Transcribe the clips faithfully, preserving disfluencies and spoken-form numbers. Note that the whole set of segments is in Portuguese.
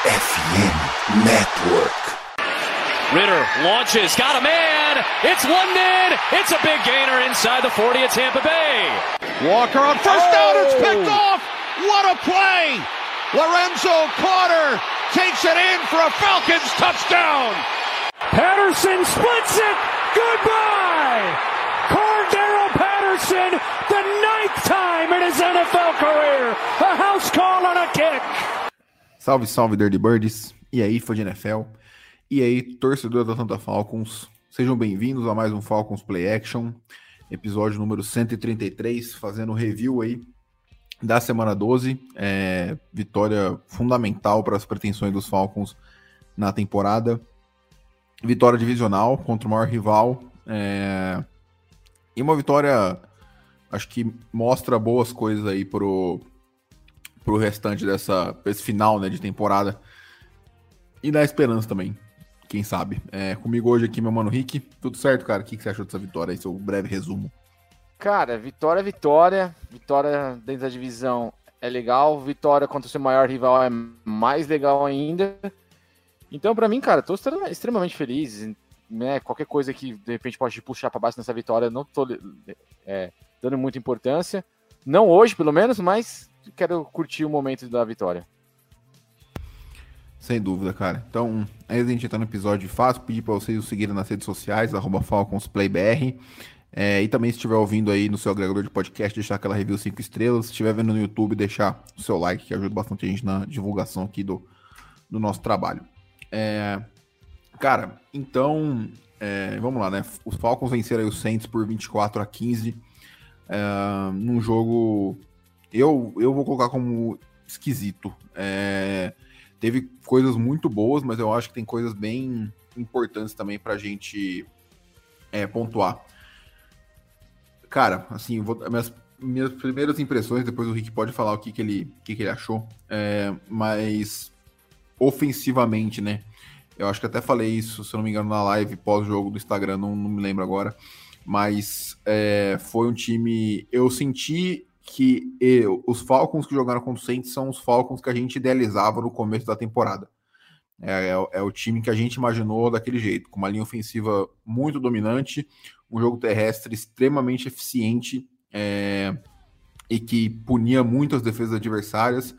F M Network. Ritter launches, got a man, it's London, it's a big gainer inside the forty at Tampa Bay. Walker on first oh. down, it's picked off, what a play! Lorenzo Carter takes it in for a Falcons touchdown! Patterson splits it, goodbye! Cordero Patterson, the ninth time in his N F L career, a house call on a kick! Salve, salve, Dirty Birds, e aí, fã de N F L? E aí, torcedor da Atlanta Falcons, sejam bem-vindos a mais um Falcons Play Action, episódio número cento e trinta e três, fazendo review aí da semana doze, é, vitória fundamental para as pretensões dos Falcons na temporada, vitória divisional contra o maior rival, é, e uma vitória, acho que mostra boas coisas aí pro, pro restante dessa, esse final, né, de temporada, e dá esperança também. Quem sabe. É, comigo hoje aqui, meu mano Rick. Tudo certo, cara? O que, que você achou dessa vitória aí? Seu breve resumo. Cara, vitória é vitória. Vitória dentro da divisão é legal. Vitória contra o seu maior rival é mais legal ainda. Então, pra mim, cara, tô extremamente feliz. Né? Qualquer coisa que, de repente, pode puxar pra baixo nessa vitória, não tô é, dando muita importância. Não hoje, pelo menos, mas quero curtir o momento da vitória. Sem dúvida, cara. Então, antes de a gente entrar no episódio fácil, pedir para vocês o seguirem nas redes sociais, arroba FalconsPlayBR. É, e também, se estiver ouvindo aí no seu agregador de podcast, deixar aquela review cinco estrelas. Se estiver vendo no YouTube, deixar o seu like, que ajuda bastante a gente na divulgação aqui do, do nosso trabalho. É, cara, então, é, vamos lá, né? Os Falcons venceram aí os Saints por vinte e quatro a quinze. É, num jogo, eu, eu vou colocar como esquisito. É... Teve coisas muito boas, mas eu acho que tem coisas bem importantes também pra gente é, pontuar. Cara, assim, vou, minhas, minhas primeiras impressões, depois o Rick pode falar o que, que, ele, que, que ele achou, é, mas ofensivamente, né? Eu acho que até falei isso, se eu não me engano, na live pós-jogo do Instagram, não, não me lembro agora, mas é, foi um time... Eu senti... que eu, os Falcons que jogaram contra o Saints são os Falcons que a gente idealizava no começo da temporada. É, é, é o time que a gente imaginou daquele jeito, com uma linha ofensiva muito dominante, um jogo terrestre extremamente eficiente é, e que punia muito as defesas adversárias,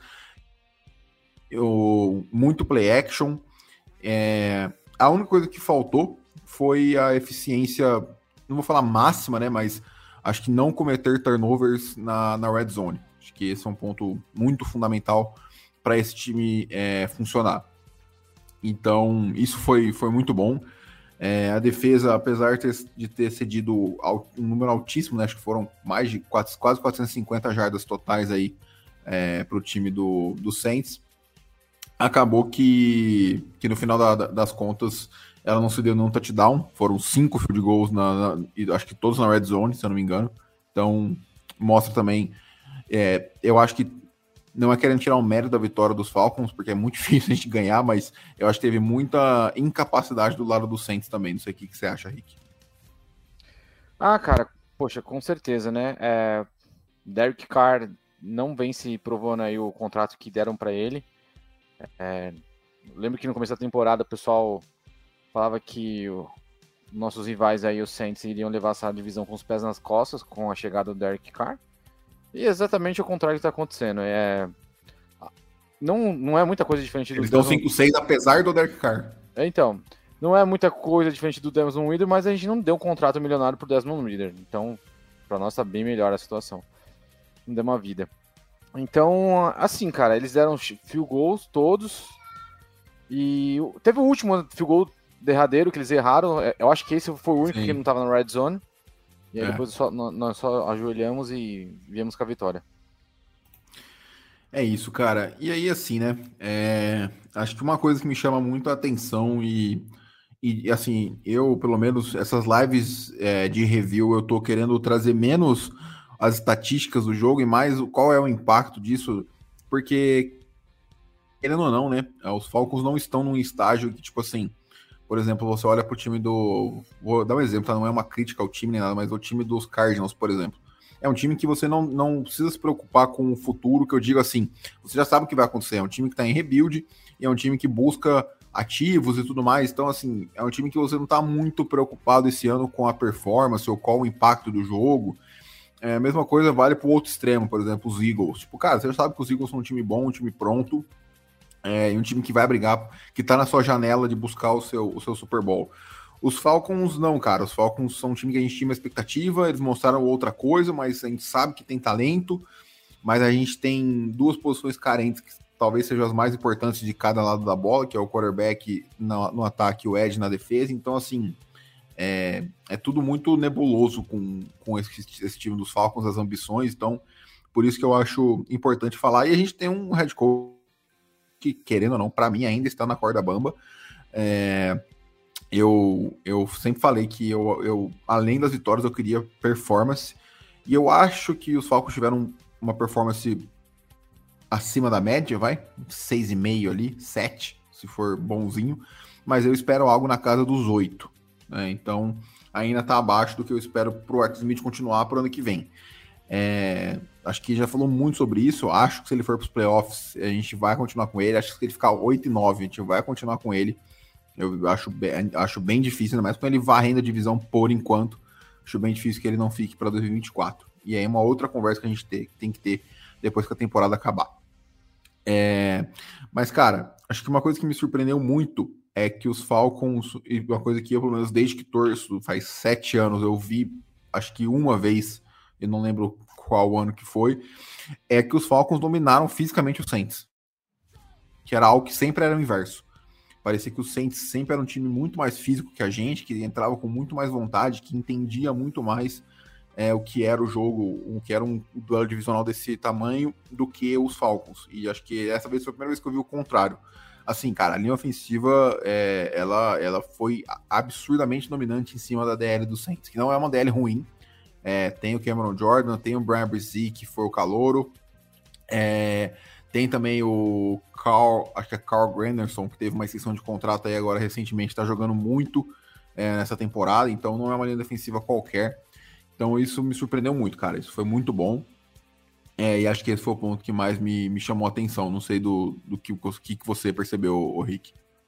eu, muito play action. É, a única coisa que faltou foi a eficiência, não vou falar máxima, né, mas acho que não cometer turnovers na, na red zone. Acho que esse é um ponto muito fundamental para esse time é, funcionar. Então, isso foi, foi muito bom. É, a defesa, apesar de ter, de ter cedido um número altíssimo, né, acho que foram mais de quatro, quase quatrocentas e cinquenta jardas totais aí é, para o time do, do Saints, acabou que, que no final da, das contas ela não se deu nenhum touchdown, foram cinco field goals, na, na, acho que todos na red zone, se eu não me engano. Então, mostra também, é, eu acho que, não é querendo tirar o mérito da vitória dos Falcons, porque é muito difícil a gente ganhar, mas eu acho que teve muita incapacidade do lado do Saints também. Não sei o que, que você acha, Rick. Ah, cara, poxa, com certeza, né? É, Derek Carr não vem se provando aí o contrato que deram para ele. É, lembro que no começo da temporada o pessoal falava que o, nossos rivais aí, os Saints, iriam levar essa divisão com os pés nas costas com a chegada do Derek Carr. E exatamente o contrário que está acontecendo. É, não, não é muita coisa diferente do... Eles dão cinco seis apesar do Derek Carr. É, então, não é muita coisa diferente do Desmond Ridder, mas a gente não deu um contrato milionário pro Desmond Ridder. Então, para nós tá bem melhor a situação. Não deu uma vida. Então, assim, cara, eles deram field goals todos. E teve o último field goal derradeiro que eles erraram. Eu acho que esse foi o único Sim. que não estava na red zone. E aí é. depois só, nós só ajoelhamos e viemos com a vitória. É isso, cara. E aí, assim, né? É... Acho que uma coisa que me chama muito a atenção e, e assim, eu, pelo menos, essas lives é, de review, eu tô querendo trazer menos as estatísticas do jogo e mais qual é o impacto disso, porque, querendo ou não, né? Os Falcons não estão num estágio que, tipo assim, por exemplo, você olha pro time do... Vou dar um exemplo, tá? Não é uma crítica ao time nem nada, mas o time dos Cardinals, por exemplo. é um time que você não, não precisa se preocupar com o futuro, que eu digo assim, você já sabe o que vai acontecer, é um time que está em rebuild, e é um time que busca ativos e tudo mais, então assim, é um time que você não está muito preocupado esse ano com a performance ou qual o impacto do jogo. É, a mesma coisa vale para o outro extremo, por exemplo, os Eagles. Tipo, cara, você já sabe que os Eagles são um time bom, um time pronto, é, e um time que vai brigar, que está na sua janela de buscar o seu, o seu Super Bowl. Os Falcons não, cara, os Falcons são um time que a gente tinha uma expectativa, eles mostraram outra coisa, mas a gente sabe que tem talento, mas a gente tem duas posições carentes que talvez sejam as mais importantes de cada lado da bola, que é o quarterback no, no ataque e o edge na defesa. Então, assim, é, é tudo muito nebuloso com, com esse, esse time dos Falcons, as ambições. Então, por isso que eu acho importante falar. E a gente tem um head coach que, querendo ou não, para mim ainda está na corda bamba. É, eu, eu sempre falei que, eu, eu, além das vitórias, eu queria performance. E eu acho que os Falcons tiveram uma performance acima da média, vai, seis e meio ali, sete, se for bonzinho, mas eu espero algo na casa dos oito, né? Então ainda tá abaixo do que eu espero pro Arthur Smith continuar pro ano que vem. É, acho que já falou muito sobre isso, acho que se ele for pros playoffs, a gente vai continuar com ele, acho que se ele ficar oito e nove, a gente vai continuar com ele. Eu acho bem, acho bem difícil, ainda mais com ele varrendo a divisão por enquanto, acho bem difícil que ele não fique para dois mil e vinte e quatro. E aí é uma outra conversa que a gente tem, tem que ter depois que a temporada acabar. É, mas, cara, acho que uma coisa que me surpreendeu muito é que os Falcons, e uma coisa que eu, pelo menos desde que torço, faz sete anos, eu vi, acho que uma vez, eu não lembro qual ano que foi, é que os Falcons dominaram fisicamente os Saints, que era algo que sempre era o inverso. Parecia que os Saints sempre era um time muito mais físico que a gente, que entrava com muito mais vontade, que entendia muito mais É, o que era o jogo, o que era um duelo divisional desse tamanho do que os Falcons. E acho que essa vez foi a primeira vez que eu vi o contrário. Assim, cara, a linha ofensiva, é, ela, ela foi absurdamente dominante em cima da D L do Saints, que não é uma D L ruim. É, tem o Cameron Jordan, tem o Brian Brzee, que foi o calouro. É, tem também o Carl, acho que é Carl Granderson, que teve uma extensão de contrato aí agora recentemente, está jogando muito é, nessa temporada, então não é uma linha defensiva qualquer. Então isso me surpreendeu muito, cara. Isso foi muito bom. É, e acho que esse foi o ponto que mais me, me chamou a atenção. Não sei do, do que, que, que você percebeu, o Rick.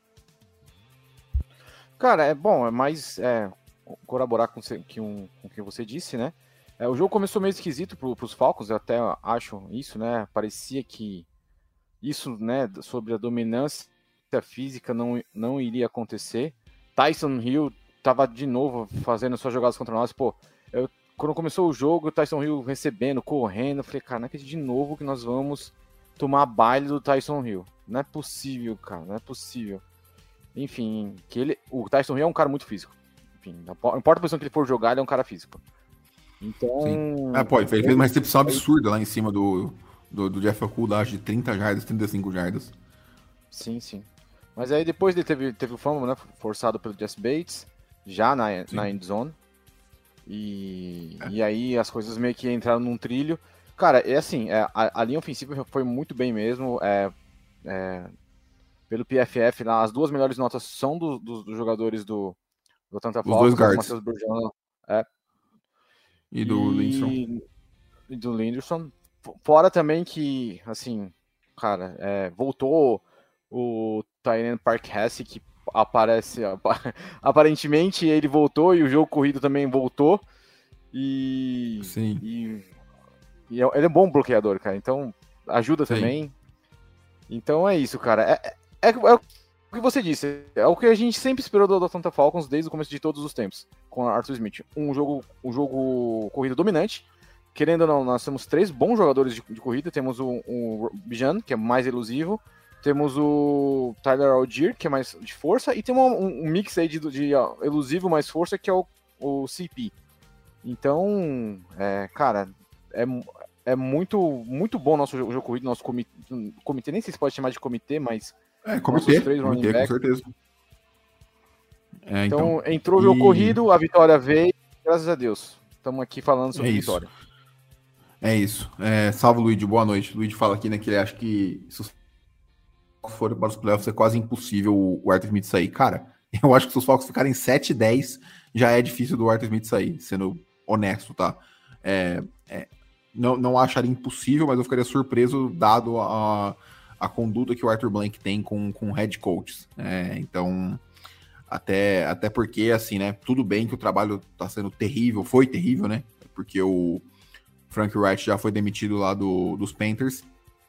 Cara, é bom, é mais é, corroborar com, que um, com o que você disse, né? É, o jogo começou meio esquisito para os Falcons, eu até acho isso, né? Parecia que isso, né, sobre a dominância física não, não iria acontecer. Tyson Hill tava de novo fazendo suas jogadas contra nós, pô. Eu, quando começou o jogo, o Tyson Hill recebendo, correndo, eu falei, cara, não é que de novo que nós vamos tomar baile do Tyson Hill. Não é possível, cara, não é possível. Enfim, que ele, o Tyson Hill é um cara muito físico. Enfim, não importa a posição que ele for jogar, ele é um cara físico. Então... Sim. Ah, pô, ele fez uma recepção absurda lá em cima do, do, do Jeff Okudah, de trinta jardas, trinta e cinco jardas. Sim, sim. Mas aí depois ele teve, teve o fumble, né, forçado pelo Jesse Bates, já na, na end zone. E, é. e aí as coisas meio que entraram num trilho. Cara, é assim, é, a, a linha ofensiva foi muito bem mesmo. É, é, pelo P F F, lá, as duas melhores notas são do, do, dos jogadores do, do Atlanta Falcons. Os dois guards. Do Burjana, é. E do e, Linderson. E do Linderson. Fora também que, assim, cara, é, voltou o Tyrion Park-Hesse, que aparece, aparentemente ele voltou e o jogo corrido também voltou e, Sim. e, e ele é um bom bloqueador, cara, então ajuda Sim. também. Então é isso, cara, é, é, é o que você disse, é o que a gente sempre esperou do Atlanta Falcons desde o começo de todos os tempos, com Arthur Smith, um jogo, um jogo corrido dominante. Querendo ou não, nós temos três bons jogadores de, de corrida, temos o, o Bijan, que é mais elusivo, temos o Tyler Algier, que é mais de força, e tem um, um mix aí de, de uh, elusivo mais força, que é o, o C P. Então, é, cara, é, é muito, muito bom o nosso jogo, jogo corrido, nosso comitê, comitê, nem sei se pode chamar de comitê, mas... É, comitê, três comitê com certeza. É, então, então, entrou o jogo e... corrido, a vitória veio, graças a Deus. Estamos aqui falando sobre é a vitória. É isso. É, salve, Luigi. Boa noite. O Luigi fala aqui, né, que ele acha que se os Falcons forem para os playoffs é quase impossível o Arthur Smith sair. Cara, eu acho que se os Falcons ficarem sete e dez, já é difícil do Arthur Smith sair, sendo honesto, tá? É, é, não, não acharia impossível, mas eu ficaria surpreso dado a, a conduta que o Arthur Blank tem com, com head coaches. É, então, até, até porque, assim, né, tudo bem que o trabalho tá sendo terrível, foi terrível, né, porque o Frank Wright já foi demitido lá do, dos Panthers,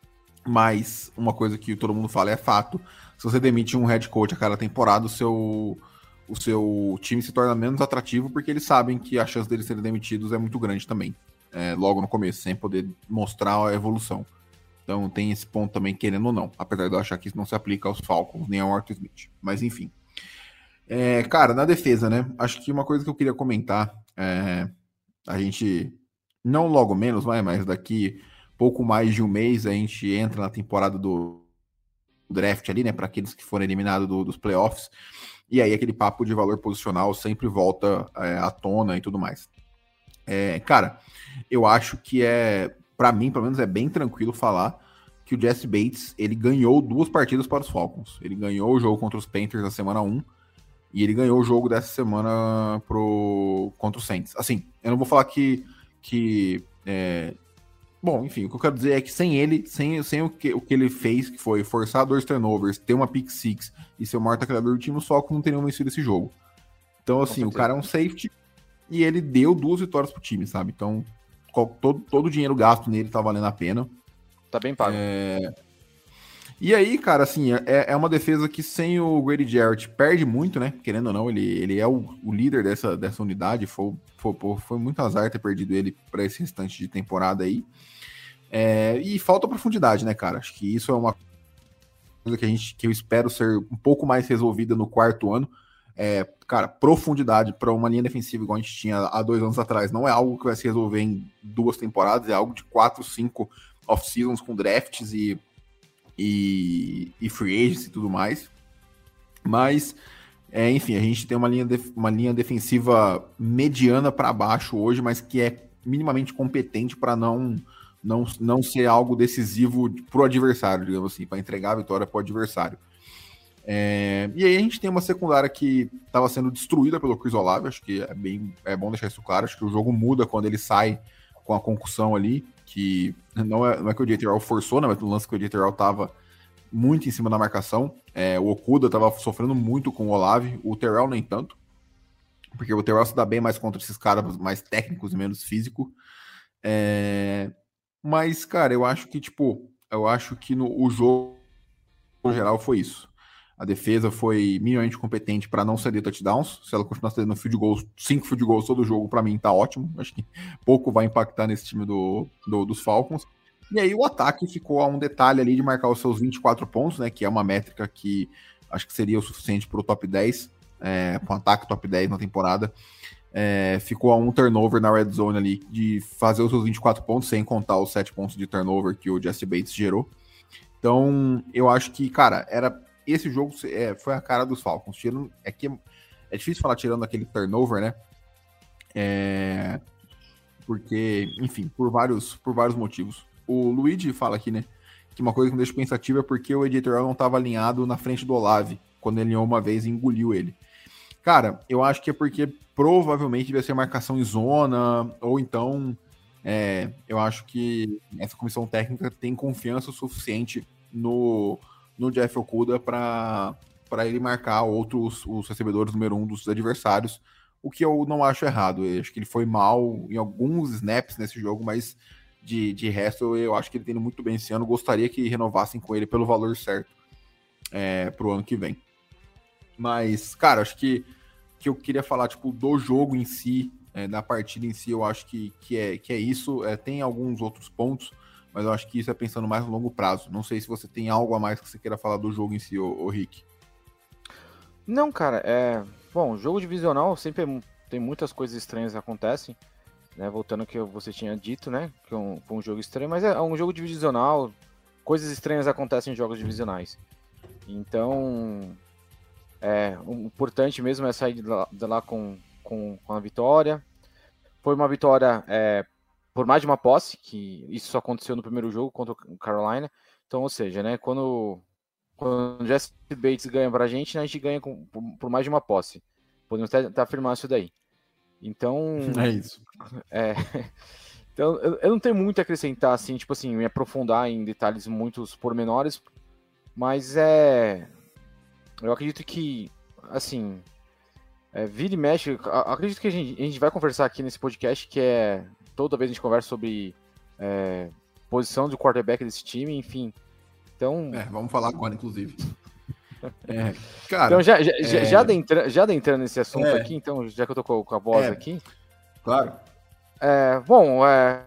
mas uma coisa que todo mundo fala é fato, se você demite um head coach a cada temporada, o seu, o seu time se torna menos atrativo, porque eles sabem que a chance deles serem demitidos é muito grande também, é, logo no começo, sem poder mostrar a evolução. Então tem esse ponto também, querendo ou não, apesar de eu achar que isso não se aplica aos Falcons, nem ao Arthur Smith. Mas enfim. É, cara, na defesa, né? Acho que uma coisa que eu queria comentar, é, a gente, não logo menos, mas daqui pouco mais de um mês, a gente entra na temporada do draft ali, né? Para aqueles que foram eliminados do, dos playoffs. E aí aquele papo de valor posicional sempre volta é, à tona e tudo mais. É, cara, eu acho que é, para mim, pelo menos, é bem tranquilo falar que o Jessie Bates, ele ganhou duas partidas para os Falcons. Ele ganhou o jogo contra os Panthers na semana um e ele ganhou o jogo dessa semana pro, contra os Saints. Assim, eu não vou falar que... que é... Bom, enfim, o que eu quero dizer é que sem ele, sem, sem o, que, o que ele fez, que foi forçar dois turnovers, ter uma pick six e ser o maior tacleador do time, os Falcons não teriam vencido esse jogo. Então, assim, o cara é um safety e ele deu duas vitórias pro time, sabe? Então, todo, todo o dinheiro gasto nele tá valendo a pena. Tá bem pago. É... E aí, cara, assim, é, é uma defesa que sem o Grady Jarrett perde muito, né? Querendo ou não, ele, ele é o, o líder dessa, dessa unidade. Foi, foi, foi muito azar ter perdido ele para esse restante de temporada aí. É... E falta profundidade, né, cara? Acho que isso é uma coisa que, a gente, que eu espero ser um pouco mais resolvida no quarto ano. É, cara, profundidade para uma linha defensiva igual a gente tinha há dois anos atrás não é algo que vai se resolver em duas temporadas, é algo de quatro, cinco off-seasons com drafts e, e, e free agents e tudo mais. Mas, é, enfim, a gente tem uma linha, def, uma linha defensiva mediana para baixo hoje, mas que é minimamente competente para não, não, não ser algo decisivo para o adversário, digamos assim, para entregar a vitória para o adversário. É, e aí a gente tem uma secundária que estava sendo destruída pelo Chris Olave, acho que é, bem, é bom deixar isso claro, acho que o jogo muda quando ele sai com a concussão ali, que não é, não é que o J T R forçou, né, mas no lance que o J T R estava muito em cima da marcação, é, o Okuda estava sofrendo muito com o Olave, o Terrell nem tanto, porque o Terrell se dá bem mais contra esses caras mais técnicos e menos físico, é, mas, cara, eu acho que, tipo, eu acho que no o jogo no geral foi isso. A defesa foi minimamente competente para não ceder touchdowns. Se ela continuar cedendo field goals, cinco field goals todo jogo, para mim tá ótimo. Acho que pouco vai impactar nesse time do, do, dos Falcons. E aí o ataque ficou a um detalhe ali de marcar os seus vinte e quatro pontos, né? Que é uma métrica que acho que seria o suficiente para o top dez, é, para um ataque top dez na temporada. É, ficou a um turnover na red zone ali de fazer os seus vinte e quatro pontos, sem contar os sete pontos de turnover que o Jessie Bates gerou. Então, eu acho que, cara, era... Esse jogo é, foi a cara dos Falcons. Tirando, é, que é difícil falar tirando aquele turnover, né? É, porque, enfim, por vários, por vários motivos. O Luigi fala aqui, né? Que uma coisa que me deixa pensativo é porque o A J Terrell não estava alinhado na frente do Olave quando ele alinhou uma vez e engoliu ele. Cara, eu acho que é porque provavelmente devia ser marcação em zona, ou então é, eu acho que essa comissão técnica tem confiança o suficiente no... no Jeff Okuda para ele marcar outros os recebedores número um dos adversários, o que eu não acho errado. Eu acho que ele foi mal em alguns snaps nesse jogo, mas de, de resto eu acho que ele tem indo muito bem esse ano. Gostaria que renovassem com ele pelo valor certo é, pro ano que vem. Mas, cara, acho que, que eu queria falar tipo, do jogo em si, é, da partida em si, eu acho que, que, é, que é isso. É, tem alguns outros pontos, mas eu acho que isso é pensando mais no longo prazo. Não sei se você tem algo a mais que você queira falar do jogo em si, ô, ô Rick. Não, cara, é... Bom, jogo divisional sempre é... tem muitas coisas estranhas que acontecem, né? Voltando ao que você tinha dito, né? Que é um... foi um jogo estranho, mas é um jogo divisional, coisas estranhas acontecem em jogos divisionais. Então, é... o importante mesmo é sair de lá, de lá com, com, com a vitória. Foi uma vitória... É... por mais de uma posse, que isso só aconteceu no primeiro jogo contra o Carolina. Então, ou seja, né, quando, quando o Jessie Bates ganha pra gente, né, a gente ganha com, por, por mais de uma posse. Podemos até, até afirmar isso daí. Então... É isso. É, Então, eu, eu não tenho muito a acrescentar, assim, tipo assim, me aprofundar em detalhes muitos pormenores, mas é... Eu acredito que, assim, é, vira e mexe, acredito que a gente, a gente vai conversar aqui nesse podcast, que é, toda vez a gente conversa sobre é, posição do quarterback desse time, enfim. Então... É, vamos falar agora, inclusive. É, cara, então, já, já, é... já, adentrando, já adentrando nesse assunto é... aqui, então, já que eu tô com a voz é... aqui... Claro. É, bom, é...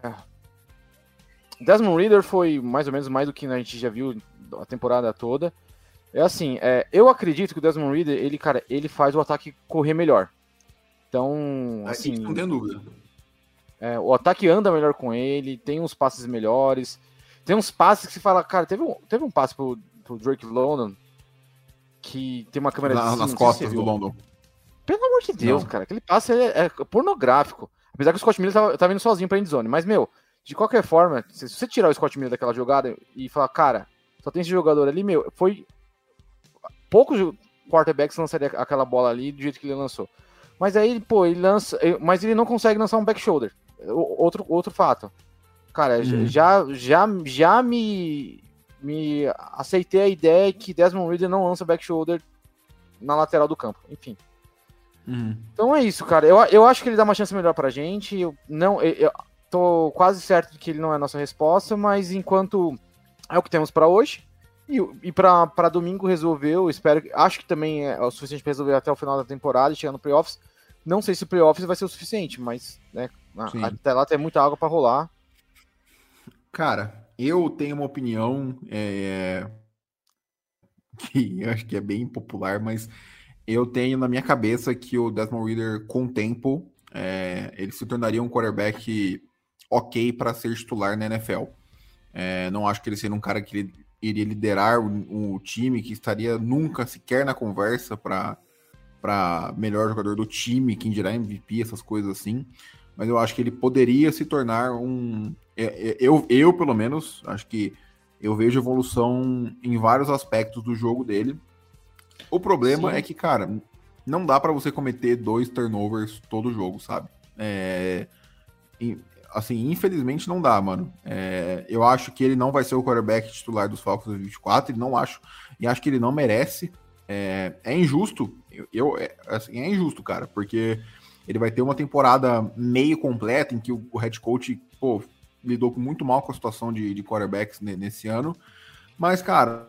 Desmond Ridder foi mais ou menos mais do que a gente já viu a temporada toda. É assim, é, eu acredito que o Desmond Ridder, ele, cara, ele faz o ataque correr melhor. Então, assim... Não tem dúvida. É, o ataque anda melhor com ele, tem uns passes melhores. Tem uns passes que você fala, cara, teve um, teve um passe pro, pro Drake London que tem uma câmera Na, de cima, nas costas do London. Pelo amor de Deus, não. Cara, aquele passe é, é pornográfico. Apesar que o Scott Miller tava, tava indo sozinho pra endzone. Mas, meu, de qualquer forma, se você tirar o Scott Miller daquela jogada e falar, cara, só tem esse jogador ali, meu, foi... Poucos quarterbacks lançariam aquela bola ali do jeito que ele lançou. Mas aí, pô, ele lança... Mas ele não consegue lançar um back shoulder. Outro, outro fato. Cara, hum. já, já, já me, me aceitei a ideia que Desmond Ridder não lança back shoulder na lateral do campo. Enfim. Uhum. Então é isso, cara. Eu, eu acho que ele dá uma chance melhor pra gente. Eu, não, eu, eu tô quase certo de que ele não é a nossa resposta, mas enquanto é o que temos pra hoje, e, e pra, pra domingo resolveu, espero, acho que também é o suficiente pra resolver até o final da temporada e chegar no playoffs. Não sei se o playoffs vai ser o suficiente, mas né, até lá tem muita água pra rolar. Cara, eu tenho uma opinião é, que eu acho que é bem popular, mas eu tenho na minha cabeça que o Desmond Ridder, com o tempo, é, ele se tornaria um quarterback ok para ser titular na N F L. É, não acho que ele seria um cara que ele iria liderar o, o time, que estaria nunca sequer na conversa para para melhor jogador do time, quem dirá M V P, essas coisas assim. Mas eu acho que ele poderia se tornar um... Eu, eu, pelo menos, acho que eu vejo evolução em vários aspectos do jogo dele. O problema Sim. é que, cara, não dá pra você cometer dois turnovers todo jogo, sabe? É... Assim, infelizmente não dá, mano. É... Eu acho que ele não vai ser o quarterback titular dos Falcons vinte e quatro, ele não acho, e acho que ele não merece. É, é injusto, eu, eu é, assim, é injusto, cara, porque ele vai ter uma temporada meio completa em que o, o head coach, pô, lidou muito mal com a situação de, de quarterbacks nesse ano, mas, cara,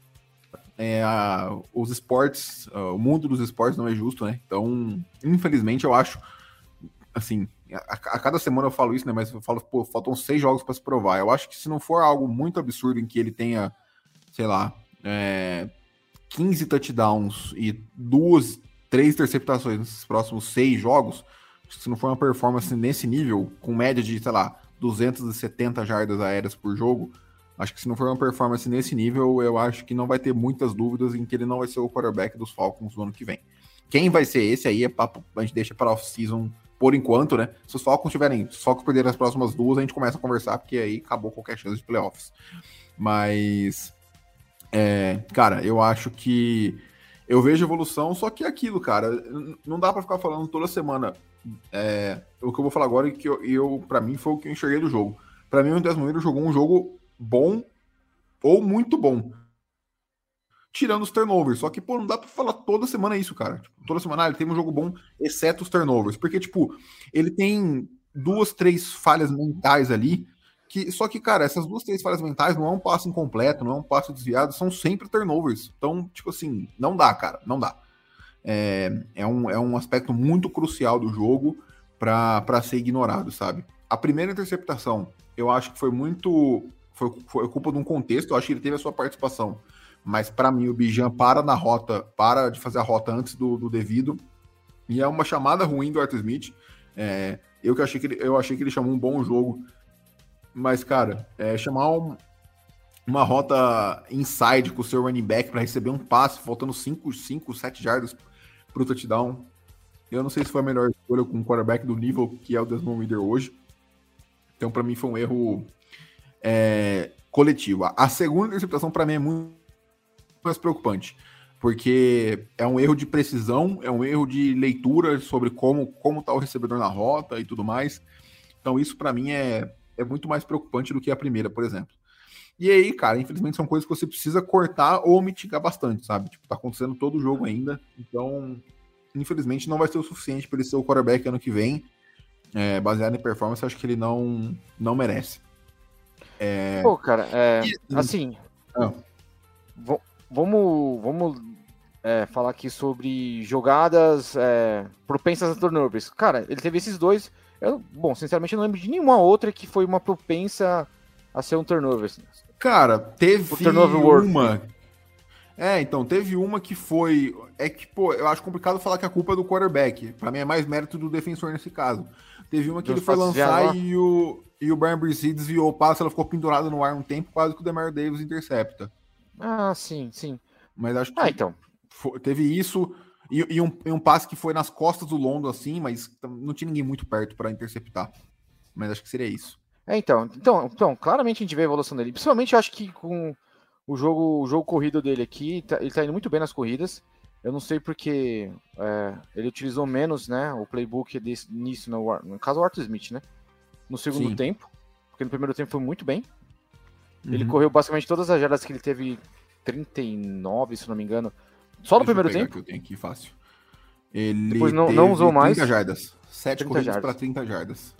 é, a, os esportes, uh, o mundo dos esportes não é justo, né? Então, infelizmente, eu acho, assim, a, a cada semana eu falo isso, né? Mas eu falo, pô, faltam seis jogos para se provar. Eu acho que se não for algo muito absurdo em que ele tenha, sei lá, é, quinze touchdowns e duas, três interceptações nesses próximos seis jogos, se não for uma performance nesse nível, com média de, sei lá, duzentas e setenta jardas aéreas por jogo, acho que se não for uma performance nesse nível, eu acho que não vai ter muitas dúvidas em que ele não vai ser o quarterback dos Falcons no ano que vem. Quem vai ser esse aí é papo, a gente deixa para off-season por enquanto, né? Se os Falcons tiverem, se os Falcons perderem as próximas duas, a gente começa a conversar, porque aí acabou qualquer chance de playoffs. Mas... É, cara, eu acho que eu vejo evolução, só que é aquilo, cara, não dá pra ficar falando toda semana. É, o que eu vou falar agora é que eu, eu para mim foi o que eu enxerguei do jogo. Pra mim o Desmond Ridder jogou um jogo bom ou muito bom, tirando os turnovers. Só que, pô, não dá pra falar toda semana isso, cara. Tipo, toda semana ah, ele tem um jogo bom, exceto os turnovers, porque, tipo, ele tem duas, três falhas mentais ali. Que, só que, cara, essas duas, três falhas mentais não é um passe incompleto, não é um passe desviado, são sempre turnovers. Então, tipo assim, não dá, cara, não dá. É, é, um, é um aspecto muito crucial do jogo para ser ignorado, sabe? A primeira interceptação, eu acho que foi muito... Foi, foi culpa de um contexto, eu acho que ele teve a sua participação. Mas, para mim, o Bijan para na rota, para de fazer a rota antes do, do devido. E é uma chamada ruim do Arthur Smith. É, eu, que achei que ele, eu achei que ele chamou um bom jogo. Mas, cara, é, chamar um, uma rota inside com o seu running back para receber um passe, faltando cinco, sete jardas pro touchdown, eu não sei se foi a melhor escolha com um quarterback do nível que é o Desmond Ridder hoje. Então, para mim, foi um erro é, coletivo. A segunda interceptação, para mim, é muito mais preocupante, porque é um erro de precisão, é um erro de leitura sobre como, como tá o recebedor na rota e tudo mais. Então isso para mim é, é muito mais preocupante do que a primeira, por exemplo. E aí, cara, infelizmente são coisas que você precisa cortar ou mitigar bastante, sabe? Tipo, tá acontecendo todo o jogo ainda, então infelizmente não vai ser o suficiente para ele ser o quarterback ano que vem. É, baseado em performance, acho que ele não, não merece. É... Pô, cara, é, E- assim, Ah. v- vamos, vamos é, falar aqui sobre jogadas é, propensas a turnovers. Cara, ele teve esses dois. Eu, bom, sinceramente, eu não lembro de nenhuma outra que foi uma propensa a ser um turnover. Cara, teve O turnover worthy. uma. É, então, teve uma que foi. É que, pô, eu acho complicado falar que a culpa é do quarterback. Pra mim é mais mérito do defensor nesse caso. Teve uma que Dos ele foi passes lançar desviados. e o, e o Brian Brzee desviou o passe, ela ficou pendurada no ar um tempo, quase que o Demario Davis intercepta. Ah, sim, sim. Mas acho que Ah, então. fo- teve isso e, e um, e um passe que foi nas costas do London, assim, mas t- não tinha ninguém muito perto pra interceptar. Mas acho que seria isso. É, então, então, então, claramente a gente vê a evolução dele. Principalmente eu acho que com o jogo, o jogo corrido dele aqui, tá- ele tá indo muito bem nas corridas. Eu não sei porque é, ele utilizou menos, né, o playbook desse, nisso, no, Ar- no caso o Arthur Smith, né, no segundo Sim. tempo, porque no primeiro tempo foi muito bem. Ele Uhum. correu basicamente todas as jardas que ele teve, trinta e nove, se não me engano, só no Deixa eu primeiro pegar tempo. que eu tenho aqui fácil. Ele Depois não- teve não usou mais. trinta jardas. sete trinta corridas jardas. para trinta jardas.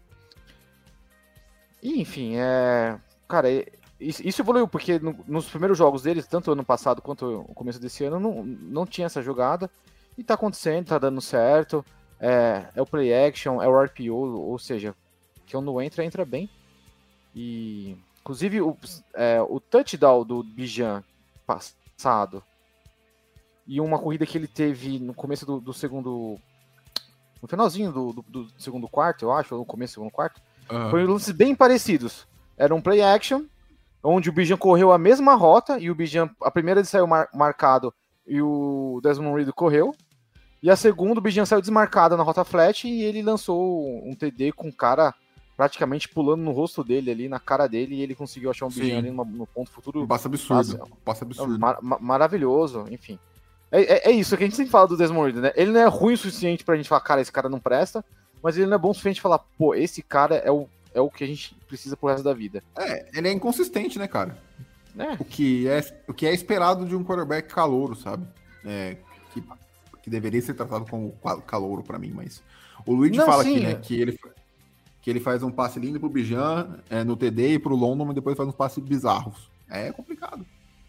E, enfim, é. Cara, é- isso isso evoluiu, porque no- nos primeiros jogos deles, tanto ano passado quanto o começo desse ano, não, não tinha essa jogada. E tá acontecendo, tá dando certo. É, é o play action, é o R P O, ou seja, que quando entra, entra bem. E, inclusive, o, é, o touchdown do Bijan passado e uma corrida que ele teve no começo do, do segundo. No finalzinho do, do- do segundo quarto, eu acho, ou no começo do segundo quarto. Aham. Foram lances bem parecidos. Era um play action, onde o Bijan correu a mesma rota, e o Bijan, a primeira ele saiu mar- marcado e o Desmond Ridder correu. E a segunda, o Bijan saiu desmarcado na rota flat e ele lançou um T D com o cara praticamente pulando no rosto dele ali, na cara dele, e ele conseguiu achar um Sim. Bijan ali no, no ponto futuro. Um passe absurdo. Passe- Passe absurdo. Mar- ma- maravilhoso, enfim. É, é- é isso que a gente sempre fala do Desmond Ridder, né? Ele não é ruim o suficiente pra gente falar, cara, esse cara não presta, mas ele não é bom o suficiente pra falar, pô, esse cara é o, é o que a gente precisa pro resto da vida. É, ele é inconsistente, né, cara? É, O que é, o que é esperado de um quarterback calouro, sabe? É, que, que deveria ser tratado como qua- calouro pra mim, mas... O Luigi Não, fala sim. aqui, né, que ele, que ele faz um passe lindo pro Bijan, é, no T D e pro London, mas depois faz uns passes bizarros. É complicado.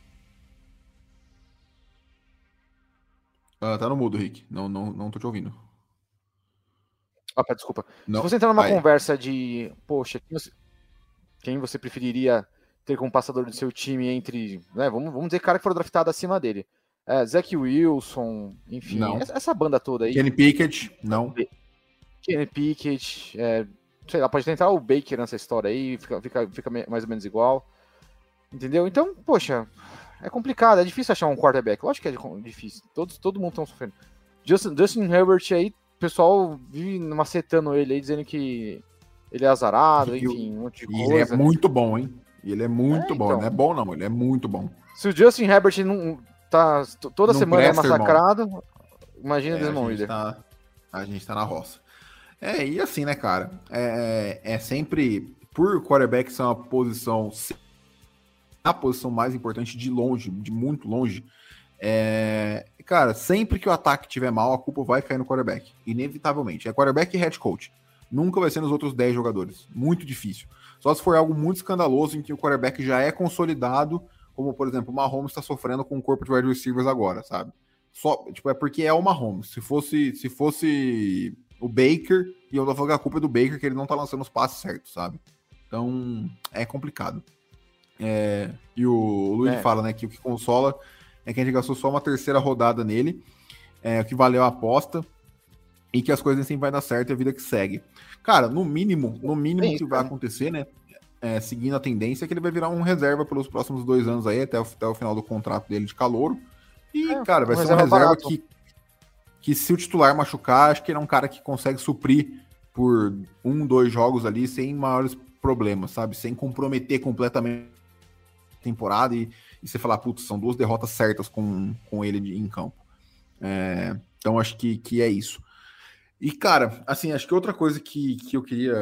Ah, tá no mudo, Rick. Não, não, não tô te ouvindo. Ah, pá, desculpa. Não. Se você entrar numa Aí. conversa de, poxa, quem você, quem você preferiria ter como passador do seu time entre, né, vamos, vamos dizer, cara que foram draftados acima dele. É, Zach Wilson, enfim, Não. essa, essa banda toda aí. Kenny Pickett, não. Kenny Pickett, é, sei lá, pode tentar o Baker nessa história aí, fica, fica, fica me- mais ou menos igual. Entendeu? Então, poxa, é complicado, é difícil achar um quarterback. Lógico que é difícil, todos, todo mundo tá sofrendo. Justin, Justin Herbert aí, o pessoal vive macetando ele aí, dizendo que ele é azarado, E o- enfim, um monte de E ele é coisa. muito bom, hein? E ele é muito É, bom. então. Não é bom, não. Ele é muito bom. Se o Justin Herbert não tá t- toda Não semana é presta, irmão. massacrado, imagina É, o a, Desmond gente Ridder. tá, a gente tá na roça. É, e assim, né, cara? É, é sempre. Por quarterback ser uma posição. A posição mais importante de longe, de muito longe. É, cara, sempre que o ataque tiver mal, a culpa vai cair no quarterback. Inevitavelmente. É quarterback e head coach. Nunca vai ser nos outros dez jogadores. Muito difícil. Só se for algo muito escandaloso em que o quarterback já é consolidado, como, por exemplo, o Mahomes está sofrendo com um corpo de wide receivers agora, sabe? Só, tipo, é porque é o Mahomes. Se fosse, se fosse o Baker, e eu tô falando que a culpa é do Baker, que ele não tá lançando os passes certos, sabe? Então, é complicado. É, e o Luiz É. fala, né, que o que consola é que a gente gastou só uma terceira rodada nele, é, o que valeu a aposta, e que as coisas sempre vai dar certo e a vida que segue. Cara, no mínimo, no mínimo É isso, que vai cara. acontecer, né, é, seguindo a tendência, é que ele vai virar um reserva pelos próximos dois anos aí, até o, até o final do contrato dele de calouro. E, É, cara, vai um ser uma reserva reserva barato. que, que se o titular machucar, acho que ele é um cara que consegue suprir por um, dois jogos ali sem maiores problemas, sabe? Sem comprometer completamente a temporada e, e você falar, putz, são duas derrotas certas com, com ele de- em campo. É, então acho que, que é isso. E, cara, assim, acho que outra coisa que, que eu queria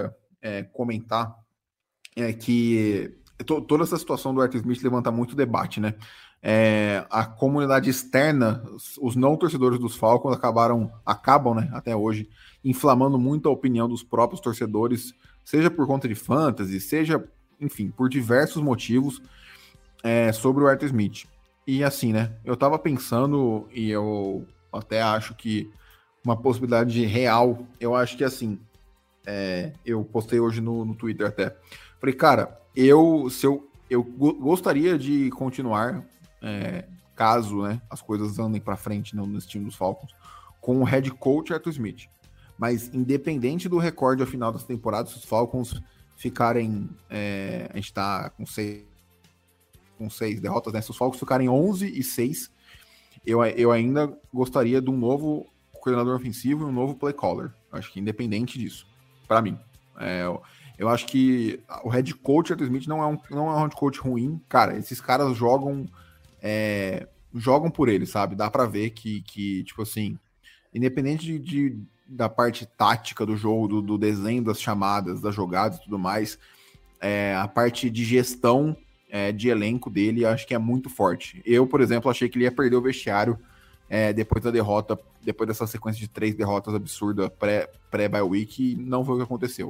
é, comentar é que to, toda essa situação do Arthur Smith levanta muito debate, né? É, a comunidade externa, os não torcedores dos Falcons acabaram, acabam, né, até hoje, inflamando muito a opinião dos próprios torcedores, seja por conta de fantasy, seja, enfim, por diversos motivos, é, sobre o Arthur Smith. E assim, né, eu tava pensando, e eu até acho que uma possibilidade real, eu acho que assim, é, eu postei hoje no, no Twitter até, falei, cara, eu, se eu, eu gostaria de continuar, É, caso, né, as coisas andem para frente, né, nesse time dos Falcons, com o head coach Arthur Smith. Mas independente do recorde ao final das temporadas, se os Falcons ficarem, é, a gente está com seis, com seis derrotas, né, se os Falcons ficarem onze e seis, eu, eu ainda gostaria de um novo coordenador ofensivo e um novo play caller. Acho que independente disso, para mim. É, eu, eu acho que o head coach Arthur Smith não é um, não é um head coach ruim. Cara, esses caras jogam É, jogam por ele, sabe? Dá pra ver que, que tipo assim, independente de, de, da parte tática do jogo, do, do desenho das chamadas, das jogadas e tudo mais, é, a parte de gestão é, de elenco dele, acho que é muito forte. Eu, por exemplo, achei que ele ia perder o vestiário é, depois da derrota, depois dessa sequência de três derrotas absurda pré, pré-bye week, e não foi o que aconteceu.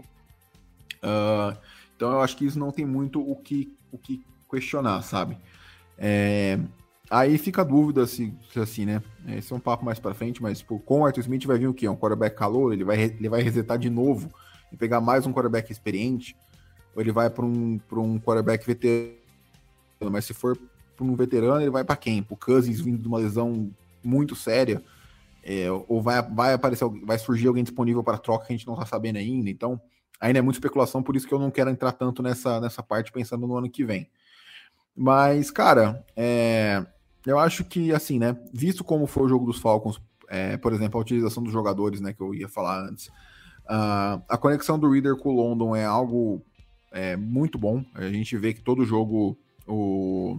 Uh, então eu acho que isso não tem muito o que, o que questionar, sabe? É, aí fica a dúvida se, se assim, né? Esse é um papo mais pra frente, mas pô, com o Arthur Smith vai vir o quê? Um quarterback calor? Ele vai, ele vai resetar de novo e pegar mais um quarterback experiente? Ou ele vai para um, pra um quarterback veterano? Mas se for para um veterano, ele vai para quem? Pro Cousins vindo de uma lesão muito séria? É, ou vai, vai aparecer, vai surgir alguém disponível para troca que a gente não tá sabendo ainda? Então, ainda é muita especulação, por isso que eu não quero entrar tanto nessa, nessa parte pensando no ano que vem. Mas, cara, é, eu acho que, assim, né, visto como foi o jogo dos Falcons, é, por exemplo, a utilização dos jogadores, né, que eu ia falar antes, uh, a conexão do Reader com o London é algo é, muito bom. A gente vê que todo jogo o,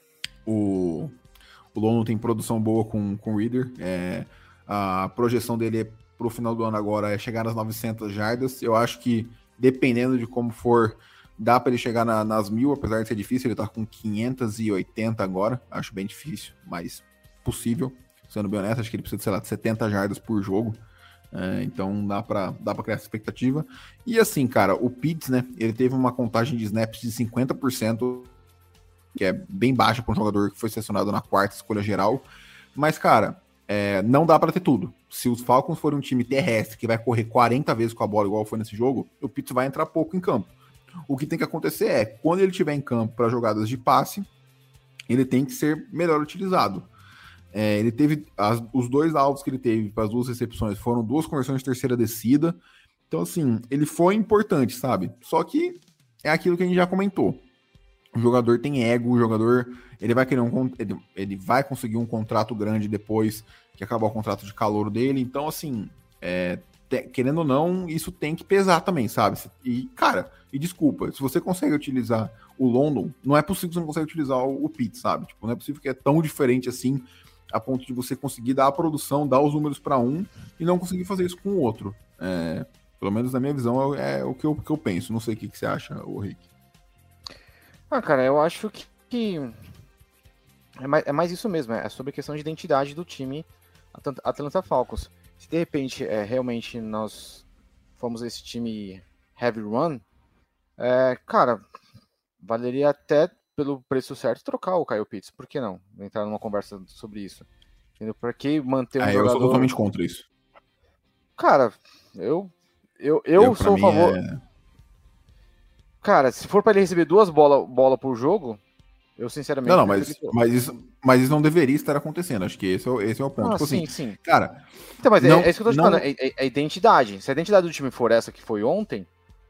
o, o London tem produção boa com, com o Reader. É, a projeção dele para o final do ano agora é chegar nas novecentas jardas. Eu acho que, dependendo de como for, dá para ele chegar na, nas mil, apesar de ser difícil. Ele tá com quinhentos e oitenta agora. Acho bem difícil, mas possível. Sendo bem honesto, acho que ele precisa de, sei lá, de setenta jardas por jogo. É, então dá para dá pra criar essa expectativa. E assim, cara, o Pitts, né? Ele teve uma contagem de snaps de cinquenta por cento, que é bem baixa para um jogador que foi selecionado na quarta escolha geral. Mas, cara, é, não dá para ter tudo. Se os Falcons forem um time terrestre que vai correr quarenta vezes com a bola, igual foi nesse jogo, o Pitts vai entrar pouco em campo. O que tem que acontecer é, quando ele estiver em campo para jogadas de passe, ele tem que ser melhor utilizado. É, ele teve, as, os dois alvos que ele teve para as duas recepções foram duas conversões de terceira descida. Então, assim, ele foi importante, sabe? Só que é aquilo que a gente já comentou. O jogador tem ego, o jogador ele vai querer um, ele, ele vai conseguir um contrato grande depois que acabar o contrato de calouro dele. Então, assim, é, te, querendo ou não, isso tem que pesar também, sabe? E, cara, e desculpa, se você consegue utilizar o London, não é possível que você não consegue utilizar o, o Pitts, sabe? Tipo, não é possível que é tão diferente assim, a ponto de você conseguir dar a produção, dar os números para um e não conseguir fazer isso com o outro. É, pelo menos na minha visão é, é o que eu, que eu penso. Não sei o que, que você acha, ô Rick. Ah, cara, eu acho que, que é, mais, é mais isso mesmo. É sobre a questão de identidade do time Atlanta Falcons. Se de repente é, realmente nós fomos esse time heavy run, é, cara, valeria até pelo preço certo trocar o Kyle Pitts. Por que não? Entrar numa conversa sobre isso. Entendeu? Por que manter um é, jogador... Eu sou totalmente contra isso. Cara, eu, eu, eu, eu sou a favor... É... Cara, se for para ele receber duas bolas bola por jogo, eu sinceramente... Não, não, mas, que... mas, isso, mas isso não deveria estar acontendo. Acho que esse é o, esse é o ponto. Ah, tipo sim, assim, sim. Cara... Então, mas não, é, é isso que eu tô te não... falando. É, é, é identidade. Se a identidade do time for essa que foi ontem,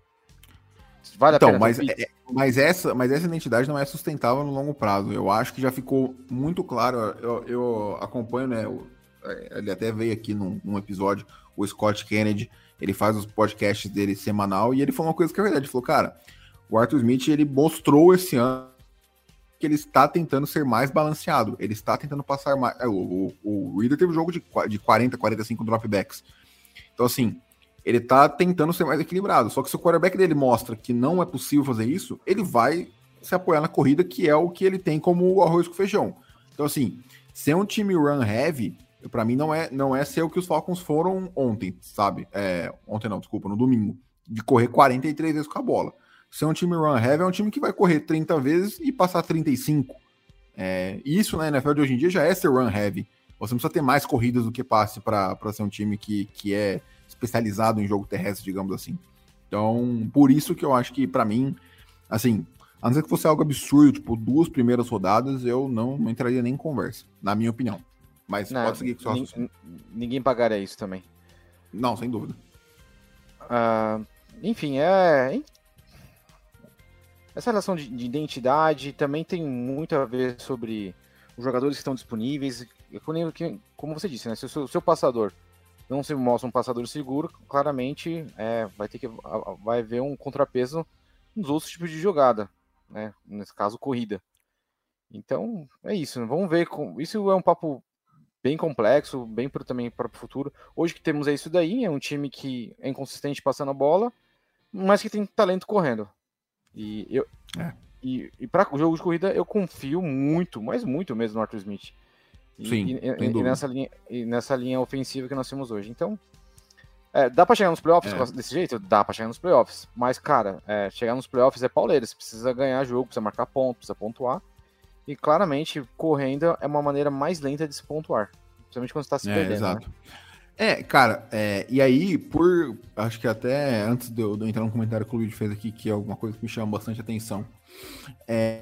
vale então, a pena... Mas, é, mas, essa, mas essa identidade não é sustentável no longo prazo. Eu acho que já ficou muito claro. Eu, eu acompanho, né? Eu, ele até veio aqui num, num episódio, o Scott Kennedy, ele faz os podcasts dele semanal, e ele falou uma coisa que é verdade. Ele falou, cara, o Arthur Smith, ele mostrou esse ano que ele está tentando ser mais balanceado. Ele está tentando passar mais... O, o, o Reader teve um jogo de, de quarenta, quarenta e cinco dropbacks. Então, assim, ele tá tentando ser mais equilibrado. Só que se o quarterback dele mostra que não é possível fazer isso, ele vai se apoiar na corrida, que é o que ele tem como arroz com feijão. Então, assim, ser um time run heavy, pra mim, não é, não é ser o que os Falcons foram ontem, sabe? É, ontem não, desculpa, no domingo. De correr quarenta e três vezes com a bola. Ser um time run heavy é um time que vai correr trinta vezes e passar trinta e cinco. É, isso na N F L de hoje em dia já é ser run heavy. Você não precisa ter mais corridas do que passe para ser um time que, que é especializado em jogo terrestre, digamos assim. Então, por isso que eu acho que, pra mim, assim, a não ser que fosse algo absurdo, tipo, duas primeiras rodadas, eu não, não entraria nem em conversa, na minha opinião. Mas não, pode seguir com o seu raciocínio. Ninguém pagaria isso também. Não, sem dúvida. Uh, enfim, é... Essa relação de, de identidade também tem muito a ver sobre os jogadores que estão disponíveis. Como você disse, né? Se o seu, seu passador não se mostra um passador seguro, claramente é, vai ter que vai haver um contrapeso nos outros tipos de jogada, né? Nesse caso, corrida. Então, é isso. Vamos ver. Com... Isso é um papo bem complexo, bem pro, também para o futuro. Hoje que temos é isso daí, é um time que é inconsistente passando a bola, mas que tem talento correndo. E eu é. e, e para o jogo de corrida eu confio muito, mas muito mesmo no Arthur Smith. E, Sim, e, e, e, nessa linha, e nessa linha ofensiva que nós temos hoje. Então, é, dá para chegar nos playoffs é. desse jeito? Dá para chegar nos playoffs. Mas, cara, é, chegar nos playoffs é pauleira. Você precisa ganhar jogo, precisa marcar ponto, precisa pontuar. E, claramente, correndo é uma maneira mais lenta de se pontuar. Principalmente quando você tá se é, perdendo. Exato. Né? É, cara, é, e aí, por... Acho que até antes de eu, de eu entrar no comentário que o Luiz fez aqui, que é alguma coisa que me chama bastante atenção. É...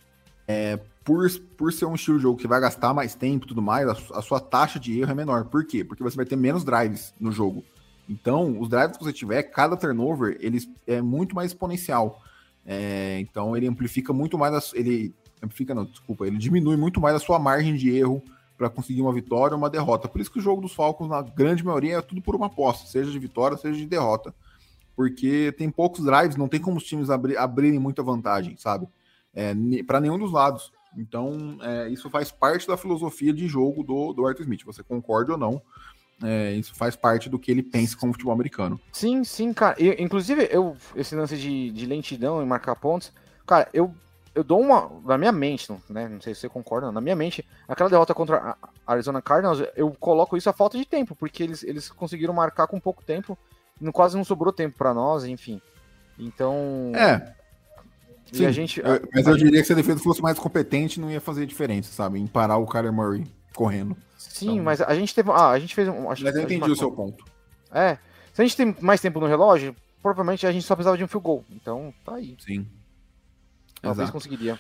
é Por, por ser um estilo de jogo que vai gastar mais tempo e tudo mais, a, a sua taxa de erro é menor. Por quê? Porque você vai ter menos drives no jogo. Então, os drives que você tiver, cada turnover, ele é muito mais exponencial. É, então, ele amplifica muito mais... A, ele amplifica, não, desculpa. Ele diminui muito mais a sua margem de erro para conseguir uma vitória ou uma derrota. Por isso que o jogo dos Falcons, na grande maioria, é tudo por uma aposta. Seja de vitória, seja de derrota. Porque tem poucos drives, não tem como os times abri, abrirem muita vantagem, sabe? É, para nenhum dos lados. Então, é, isso faz parte da filosofia de jogo do, do Arthur Smith. Você concorda ou não, é, isso faz parte do que ele pensa como futebol americano. Sim, sim, cara. Eu, inclusive, eu, esse lance de, de lentidão e marcar pontos, cara, eu, eu dou uma... Na minha mente, né, não sei se você concorda, não, na minha mente, aquela derrota contra a Arizona Cardinals, eu coloco isso a falta de tempo, porque eles, eles conseguiram marcar com pouco tempo, e quase não sobrou tempo para nós, enfim. Então... É... E Sim, a gente, eu, mas eu diria que se a defesa fosse mais competente, não ia fazer diferença, sabe? Em parar o Kyler Murray correndo. Sim, então... mas a gente teve... Ah, a gente fez um... Mas eu entendi marcou... o seu ponto. É, se a gente tem mais tempo no relógio, provavelmente a gente só precisava de um field goal. Então, tá aí. Sim. Talvez conseguiria.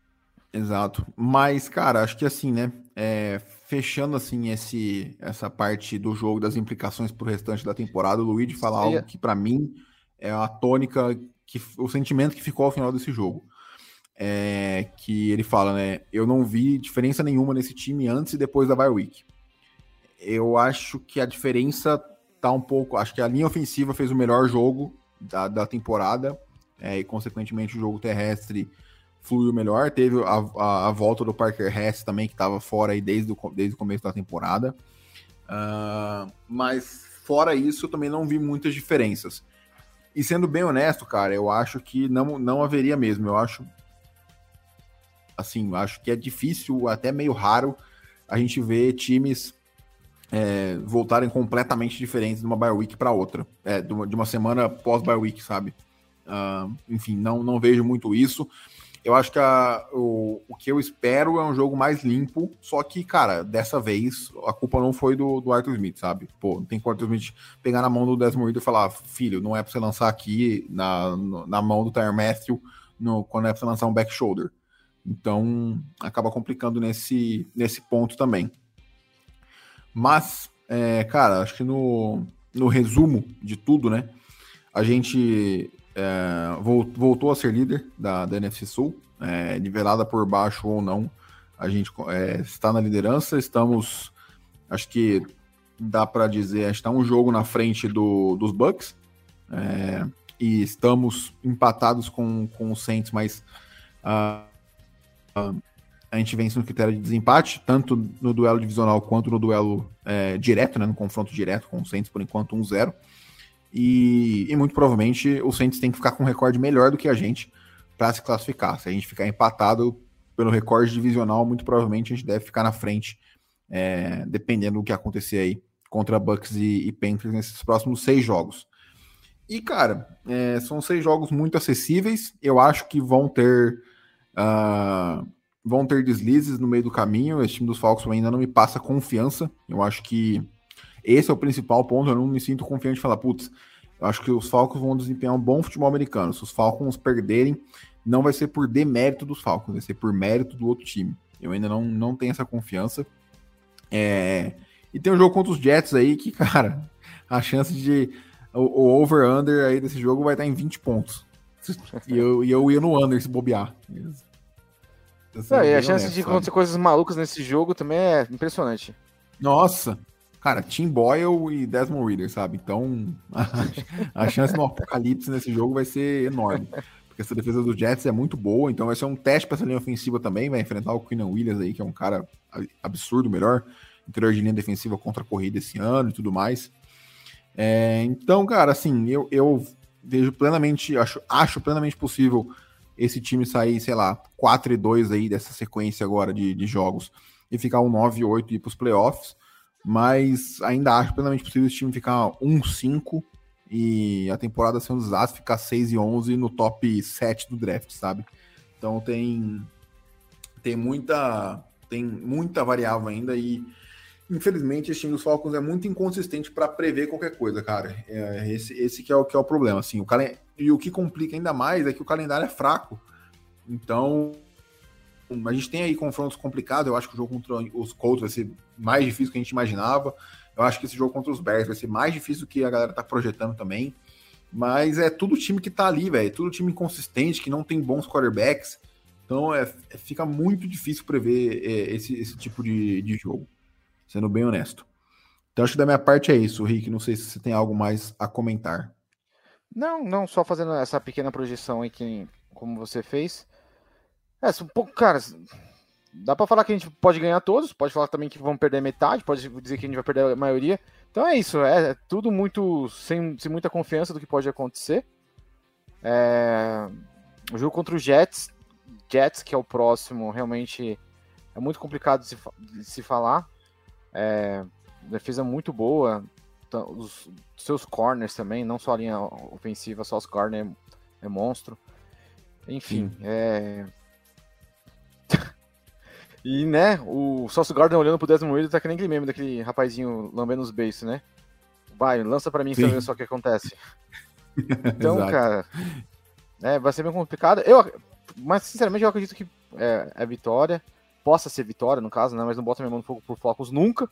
Exato. Mas, cara, acho que assim, né? É, fechando, assim, esse, essa parte do jogo, das implicações pro restante da temporada, o Luigi fala algo que, pra mim, é a tônica... Que, o sentimento que ficou ao final desse jogo. É, que ele fala, né? Eu não vi diferença nenhuma nesse time antes e depois da bye week. Eu acho que a diferença tá um pouco... Acho que a linha ofensiva fez o melhor jogo da, da temporada, é, e, consequentemente, o jogo terrestre fluiu melhor. Teve a, a, a volta do Parker Hess também, que estava fora aí desde o, desde o começo da temporada. Uh, mas, fora isso, eu também não vi muitas diferenças. E sendo bem honesto, cara, eu acho que não, não haveria mesmo. Eu acho, assim, acho que é difícil, até meio raro, a gente ver times é, voltarem completamente diferentes de uma bye week para outra. É, de, uma, de uma semana pós-bye week, sabe? Uh, enfim, não, não vejo muito isso. Eu acho que a, o, o que eu espero é um jogo mais limpo, só que, cara, dessa vez a culpa não foi do, do Arthur Smith, sabe? Pô, não tem como o Arthur Smith pegar na mão do Desmond Ridder e falar, filho, não é pra você lançar aqui na, na mão do Tyrann Mathieu no, quando é pra você lançar um back shoulder. Então, acaba complicando nesse, nesse ponto também. Mas, é, cara, acho que no, no resumo de tudo, né, a gente... É, voltou a ser líder da, da N F C Sul, é, nivelada por baixo ou não, a gente é, está na liderança, estamos, acho que dá para dizer, a gente está um jogo na frente do, dos Bucks, é, e estamos empatados com, com o Saints, mas uh, uh, a gente vence no critério de desempate, tanto no duelo divisional quanto no duelo é, direto, né, no confronto direto com o Saints, por enquanto um a zero. e, e muito provavelmente o Saints tem que ficar com um recorde melhor do que a gente para se classificar. Se a gente ficar empatado pelo recorde divisional, muito provavelmente a gente deve ficar na frente, é, dependendo do que acontecer aí contra Bucks e, e Panthers nesses próximos seis jogos. E, cara, é, são seis jogos muito acessíveis. Eu acho que vão ter uh, vão ter deslizes no meio do caminho. Esse time dos Falcons ainda não me passa confiança. Eu acho que esse é o principal ponto. Eu não me sinto confiante de falar, putz, eu acho que os Falcons vão desempenhar um bom futebol americano. Se os Falcons perderem, não vai ser por demérito dos Falcons, vai ser por mérito do outro time. Eu ainda não, não tenho essa confiança. É... E tem um jogo contra os Jets aí que, cara, a chance de... O, o over-under aí desse jogo vai estar em vinte pontos. E eu, e eu ia no under se bobear. Não, e a chance honesto, de acontecer sabe? coisas malucas nesse jogo também é impressionante. Nossa, cara, Tim Boyle e Desmond Ridder, sabe? Então, a, a chance do apocalipse nesse jogo vai ser enorme. Porque essa defesa dos Jets é muito boa, então vai ser um teste para essa linha ofensiva também. Vai enfrentar o Quinnen Williams aí, que é um cara absurdo, melhor interior de linha defensiva contra a corrida esse ano e tudo mais. É, então, cara, assim, eu, eu vejo plenamente, acho, acho plenamente possível esse time sair, sei lá, quatro e dois aí dessa sequência agora de, de jogos e ficar um nove e oito e ir pros playoffs, mas ainda acho plenamente possível esse time ficar um cinco e a temporada ser um desastre, ficar seis e onze no top sete do draft, sabe? Então tem tem muita tem muita variável ainda e infelizmente esse time dos Falcons é muito inconsistente para prever qualquer coisa, cara. É, esse esse que é o que é o problema, assim. O calen... E o que complica ainda mais é que o calendário é fraco. Então, a gente tem aí confrontos complicados. Eu acho que o jogo contra os Colts vai ser mais difícil do que a gente imaginava. Eu acho que esse jogo contra os Bears vai ser mais difícil do que a galera tá projetando também. Mas é tudo time que tá ali, velho. Tudo time inconsistente, que não tem bons quarterbacks. Então, é, é, fica muito difícil prever é, esse, esse tipo de, de jogo. Sendo bem honesto. Então, acho que da minha parte é isso, Rick. Não sei se você tem algo mais a comentar. Não, não, só fazendo essa pequena projeção aí, que, como você fez. É, um pouco, cara, dá pra falar que a gente pode ganhar todos, pode falar também que vamos perder metade, pode dizer que a gente vai perder a maioria. Então é isso, é, é tudo muito, sem, sem muita confiança do que pode acontecer. É, o jogo contra os Jets, Jets, que é o próximo, realmente é muito complicado de se, de se falar. É, defesa muito boa, os seus corners também, não só a linha ofensiva, só os corners é, é monstro. Enfim, Sim. é... e, né, o Sauce Gardner olhando pro Desmond Ridder tá que nem aquele meme daquele rapazinho lambendo os beiços, né? Vai, lança pra mim pra ver só o que acontece. Então, cara, é, vai ser bem complicado. Eu, mas, sinceramente, eu acredito que é, é vitória. Possa ser vitória, no caso, né? Mas não bota minha mão no fogo por Falcons nunca.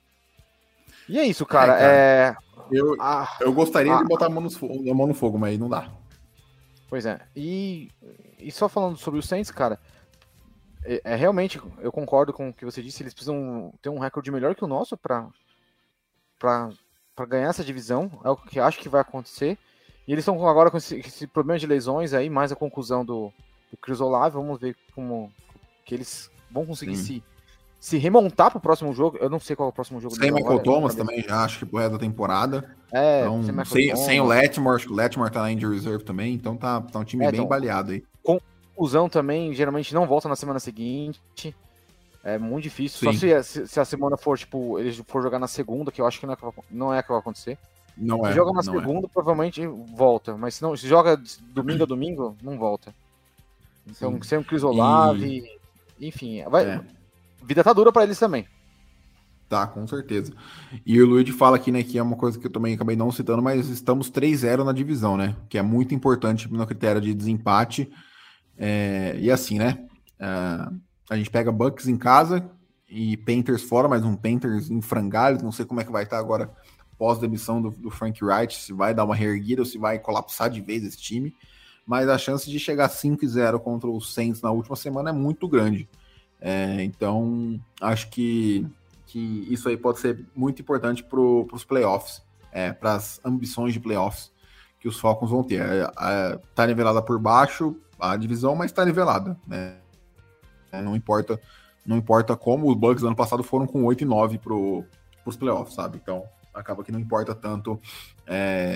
E é isso, cara. É, cara é... Eu, ah, eu gostaria ah, de botar a mão, no fogo, a mão no fogo, mas aí não dá. Pois é. E, e só falando sobre o Saints, cara, é, é realmente, eu concordo com o que você disse, eles precisam ter um recorde melhor que o nosso pra, pra, pra ganhar essa divisão. É o que acho que vai acontecer. E eles estão agora com esse, esse problema de lesões aí, mais a conclusão do, do Chris Olave. Vamos ver como que eles vão conseguir se, se remontar pro próximo jogo. Eu não sei qual é o próximo jogo. Sem Michael agora, Thomas também, já acho que pro resto da temporada. É, então, sem, sem, sem o Latimore, acho que o Latimore tá na injury reserve também, então tá, tá um time é, bem então, baleado aí. Conclusão também, geralmente não volta na semana seguinte. É muito difícil. Sim. Só se, se, se a semana for, tipo, eles for jogar na segunda, que eu acho que não é, não é que vai acontecer. Não se é. joga na segunda, é. provavelmente volta. Mas se não, se joga domingo a domingo, não volta. Então, Sim. sem o Chris Olave... E... Enfim, vai... é. a vida tá dura para eles também. Tá, com certeza. E o Luigi fala aqui, né, que é uma coisa que eu também acabei não citando, mas estamos três a zero na divisão, né? Que é muito importante no critério de desempate. É... E assim, né? Uh... A gente pega Bucks em casa e Panthers fora, mas um Panthers em frangalhos. Não sei como é que vai estar agora pós-demissão do, do Frank Reich, se vai dar uma reerguida ou se vai colapsar de vez esse time. Mas a chance de chegar cinco a zero contra os Saints na última semana é muito grande. É, então, acho que, que isso aí pode ser muito importante para os playoffs, é, para as ambições de playoffs que os Falcons vão ter. É, é, tá nivelada por baixo a divisão, mas tá nivelada, né? Não importa, não importa como. Os Bucks ano passado foram com oito e nove para os playoffs, sabe? Então, acaba que não importa tanto... É,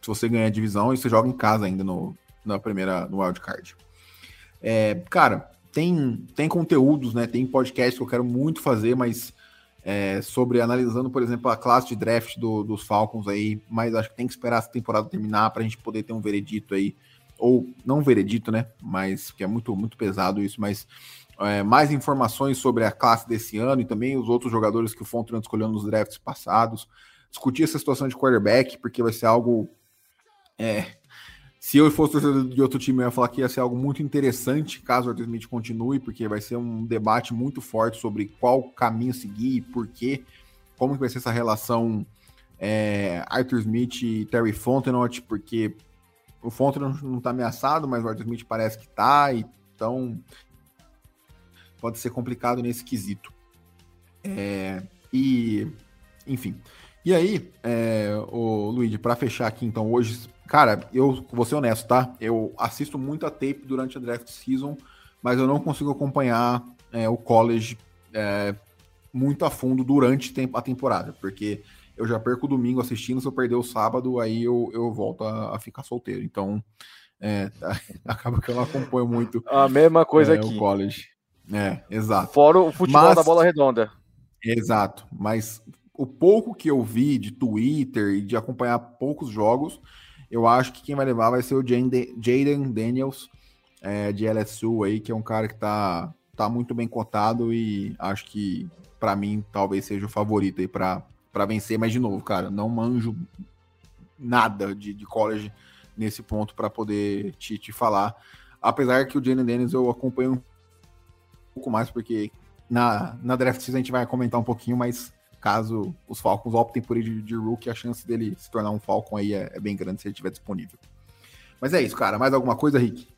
se você ganhar a divisão e você joga em casa ainda no, na primeira, no wildcard. É, cara, tem, tem conteúdos, né? Tem podcast que eu quero muito fazer, mas é, sobre analisando, por exemplo, a classe de draft do, dos Falcons aí, mas acho que tem que esperar essa temporada terminar pra gente poder ter um veredito aí, ou não um veredito, né? Mas que é muito, muito pesado isso, mas é, mais informações sobre a classe desse ano e também os outros jogadores que o Fontenot escolheu nos drafts passados. Discutir essa situação de quarterback, porque vai ser algo... É, se eu fosse torcedor de outro time, eu ia falar que ia ser algo muito interessante caso o Arthur Smith continue, porque vai ser um debate muito forte sobre qual caminho seguir, por quê, como que vai ser essa relação é, Arthur Smith e Terry Fontenot, porque o Fontenot não está ameaçado, mas o Arthur Smith parece que está, então pode ser complicado nesse quesito. É, e, enfim... E aí, é, o Luigi, para fechar aqui então hoje, cara, eu vou ser honesto, tá? Eu assisto muito a tape durante a draft season, mas eu não consigo acompanhar é, o college é, muito a fundo durante a temporada, porque eu já perco o domingo assistindo, se eu perder o sábado, aí eu, eu volto a, a ficar solteiro. Então, é, acaba que eu não acompanho muito a mesma coisa é, aqui. O college. É, exato. Fora o futebol mas, da bola redonda. Exato, mas... O pouco que eu vi de Twitter e de acompanhar poucos jogos, eu acho que quem vai levar vai ser o Jayden Daniels, é, de L S U aí, que é um cara que tá, tá muito bem cotado e acho que, para mim, talvez seja o favorito aí para vencer. Mas, de novo, cara, não manjo nada de, de college nesse ponto para poder te, te falar. Apesar que o Jayden Daniels eu acompanho um pouco mais, porque na, na draft season a gente vai comentar um pouquinho, mas... Caso os Falcons optem por ir de, de rookie, a chance dele se tornar um Falcon aí é, é bem grande se ele estiver disponível. Mas é isso, cara. Mais alguma coisa, Rick?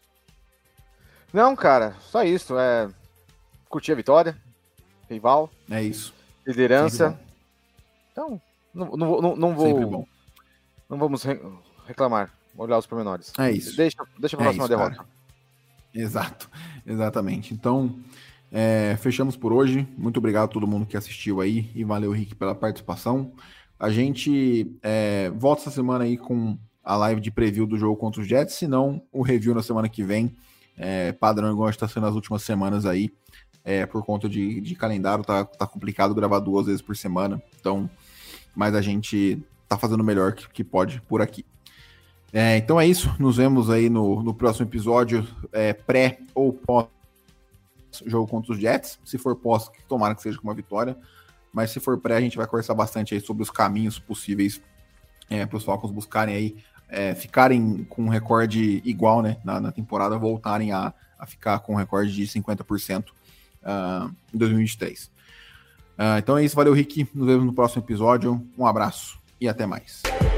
Não, cara. Só isso. É... Curtir a vitória. Rival. É isso. Liderança. Então, não, não, não, não vou... Sempre bom. Não vamos re- reclamar. Olhar os pormenores. É isso. Deixa, deixa pra é próxima isso, derrota. Cara. Exato. Exatamente. Então... É, fechamos por hoje. Muito obrigado a todo mundo que assistiu aí e valeu, Rick, pela participação. A gente é, volta essa semana aí com a live de preview do jogo contra os Jets, se não, o review na semana que vem, é, padrão igual está sendo nas últimas semanas aí, é, por conta de, de calendário, tá, tá complicado gravar duas vezes por semana, então, mas a gente tá fazendo o melhor que, que pode por aqui. É, então é isso, nos vemos aí no, no próximo episódio, é, pré ou pós jogo contra os Jets. Se for pós, tomara que seja com uma vitória, mas se for pré, a gente vai conversar bastante aí sobre os caminhos possíveis é, para os Falcons buscarem aí, é, ficarem com um recorde igual, né, na, na temporada, voltarem a, a ficar com um recorde de cinquenta por cento uh, em dois mil e vinte e três. Uh, então é isso, valeu, Rick, nos vemos no próximo episódio, um abraço e até mais.